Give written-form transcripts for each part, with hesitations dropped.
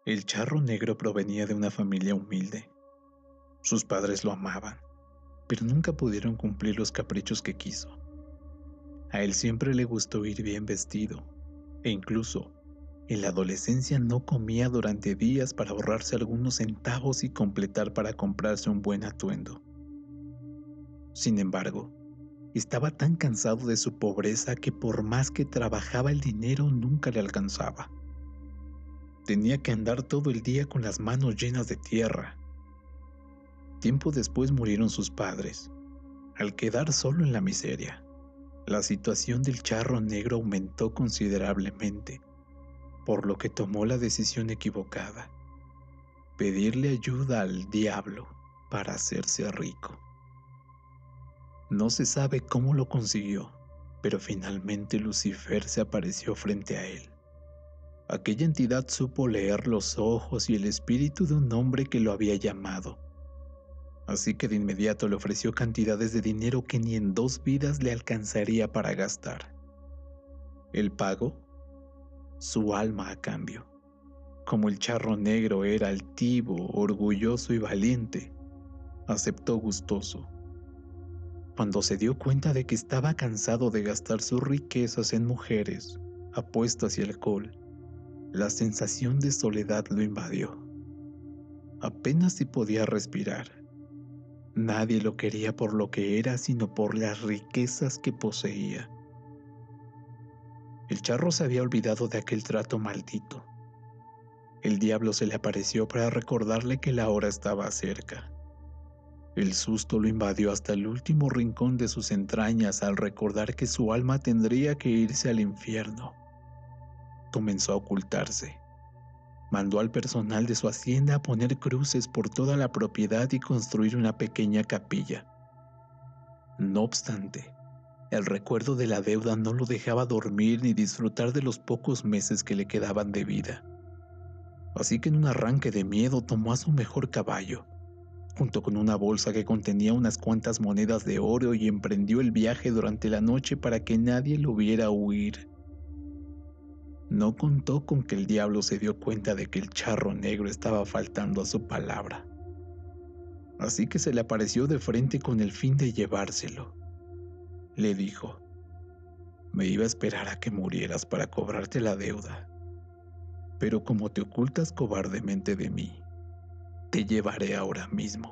El charro negro provenía de una familia humilde. Sus padres lo amaban, pero nunca pudieron cumplir los caprichos que quiso. A él siempre le gustó ir bien vestido, e incluso en la adolescencia no comía durante días para ahorrarse algunos centavos y completar para comprarse un buen atuendo. Sin embargo, estaba tan cansado de su pobreza que por más que trabajaba el dinero nunca le alcanzaba. Tenía que andar todo el día con las manos llenas de tierra. Tiempo después murieron sus padres. Al quedar solo en la miseria, la situación del charro negro aumentó considerablemente, por lo que tomó la decisión equivocada: pedirle ayuda al diablo para hacerse rico. No se sabe cómo lo consiguió, pero finalmente Lucifer se apareció frente a él. Aquella entidad supo leer los ojos y el espíritu de un hombre que lo había llamado, así que de inmediato le ofreció cantidades de dinero que ni en 2 vidas le alcanzaría para gastar. El pago: su alma a cambio. Como el charro negro era altivo, orgulloso y valiente, aceptó gustoso. Cuando se dio cuenta de que estaba cansado de gastar sus riquezas en mujeres, apuestas y alcohol, la sensación de soledad lo invadió. Apenas si podía respirar. Nadie lo quería por lo que era, sino por las riquezas que poseía. El charro se había olvidado de aquel trato maldito. El diablo se le apareció para recordarle que la hora estaba cerca. El susto lo invadió hasta el último rincón de sus entrañas al recordar que su alma tendría que irse al infierno. Comenzó a ocultarse. Mandó al personal de su hacienda a poner cruces por toda la propiedad y construir una pequeña capilla. No obstante, el recuerdo de la deuda no lo dejaba dormir ni disfrutar de los pocos meses que le quedaban de vida. Así que en un arranque de miedo tomó a su mejor caballo, junto con una bolsa que contenía unas cuantas monedas de oro, y emprendió el viaje durante la noche para que nadie lo viera huir. No contó con que el diablo se dio cuenta de que el charro negro estaba faltando a su palabra. Así que se le apareció de frente con el fin de llevárselo. Le dijo: me iba a esperar a que murieras para cobrarte la deuda, pero como te ocultas cobardemente de mí, te llevaré ahora mismo.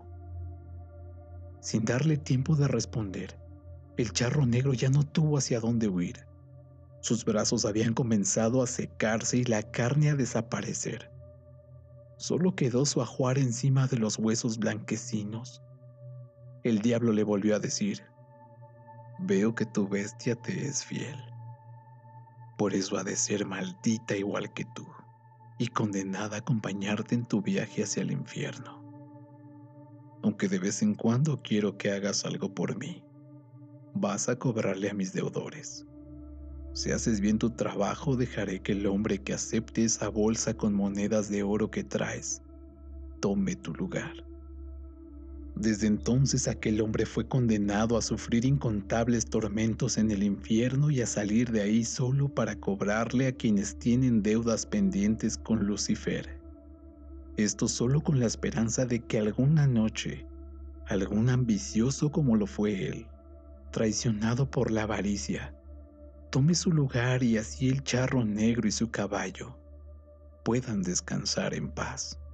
Sin darle tiempo de responder, el charro negro ya no tuvo hacia dónde huir. Sus brazos habían comenzado a secarse y la carne a desaparecer. Solo quedó su ajuar encima de los huesos blanquecinos. El diablo le volvió a decir: veo que tu bestia te es fiel. Por eso ha de ser maldita igual que tú, y condenada a acompañarte en tu viaje hacia el infierno. Aunque de vez en cuando quiero que hagas algo por mí. Vas a cobrarle a mis deudores. Si haces bien tu trabajo, dejaré que el hombre que acepte esa bolsa con monedas de oro que traes tome tu lugar. Desde entonces aquel hombre fue condenado a sufrir incontables tormentos en el infierno y a salir de ahí solo para cobrarle a quienes tienen deudas pendientes con Lucifer. Esto solo con la esperanza de que alguna noche, algún ambicioso como lo fue él, traicionado por la avaricia, tome su lugar y así el charro negro y su caballo puedan descansar en paz.